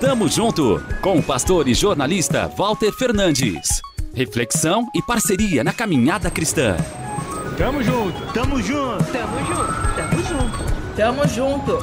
Tamo junto com o pastor e jornalista Walter Fernandes. Reflexão e parceria na caminhada cristã. Tamo junto, tamo junto, tamo junto, tamo junto, tamo junto.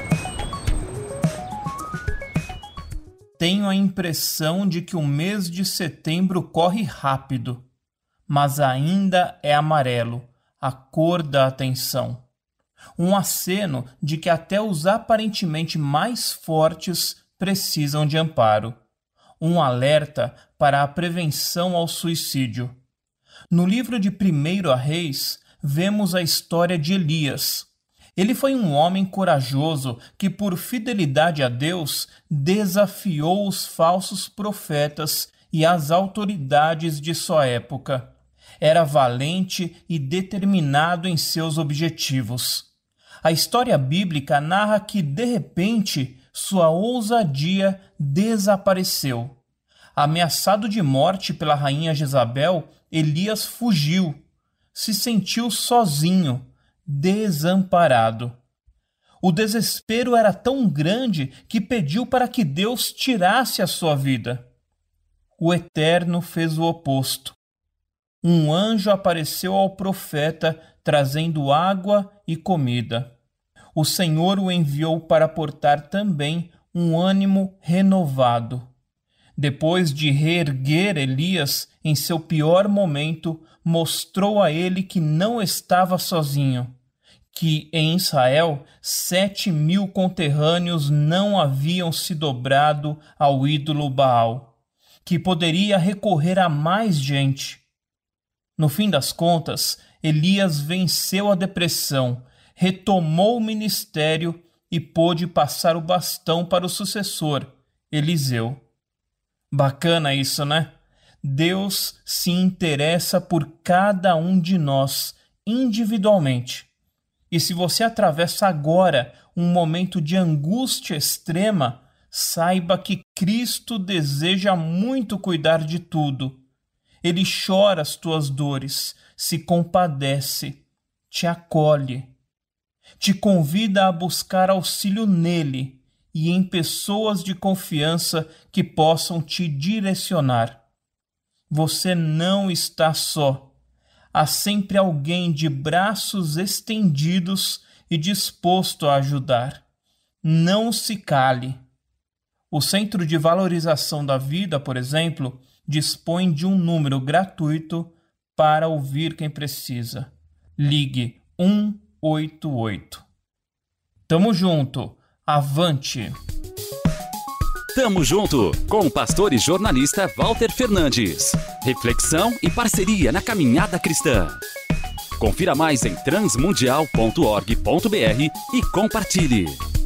Tenho a impressão de que o mês de setembro corre rápido, mas ainda é amarelo, a cor da atenção. Um aceno de que até os aparentemente mais fortes precisam de amparo. Um alerta para a prevenção ao suicídio. No livro de 1 Reis, vemos a história de Elias. Ele foi um homem corajoso que, por fidelidade a Deus, desafiou os falsos profetas e as autoridades de sua época. Era valente e determinado em seus objetivos. A história bíblica narra que, de repente, sua ousadia desapareceu. Ameaçado de morte pela rainha Jezabel, Elias fugiu. Se sentiu sozinho, desamparado. O desespero era tão grande que pediu para que Deus tirasse a sua vida. O Eterno fez o oposto. Um anjo apareceu ao profeta trazendo água e comida. O Senhor o enviou para portar também um ânimo renovado. Depois de reerguer Elias em seu pior momento, mostrou a ele que não estava sozinho, que em Israel 7.000 conterrâneos não haviam se dobrado ao ídolo Baal, que poderia recorrer a mais gente. No fim das contas, Elias venceu a depressão, retomou o ministério e pôde passar o bastão para o sucessor, Eliseu. Bacana isso, né? Deus se interessa por cada um de nós, individualmente. E se você atravessa agora um momento de angústia extrema, saiba que Cristo deseja muito cuidar de tudo. Ele chora as tuas dores, se compadece, te acolhe, te convida a buscar auxílio nele e em pessoas de confiança que possam te direcionar. Você não está só. Há sempre alguém de braços estendidos e disposto a ajudar. Não se cale. O Centro de Valorização da Vida, por exemplo, dispõe de um número gratuito para ouvir quem precisa. Ligue 188. Tamo junto. Avante! Tamo junto com o pastor e jornalista Walter Fernandes. Reflexão e parceria na caminhada cristã. Confira mais em transmundial.org.br e compartilhe.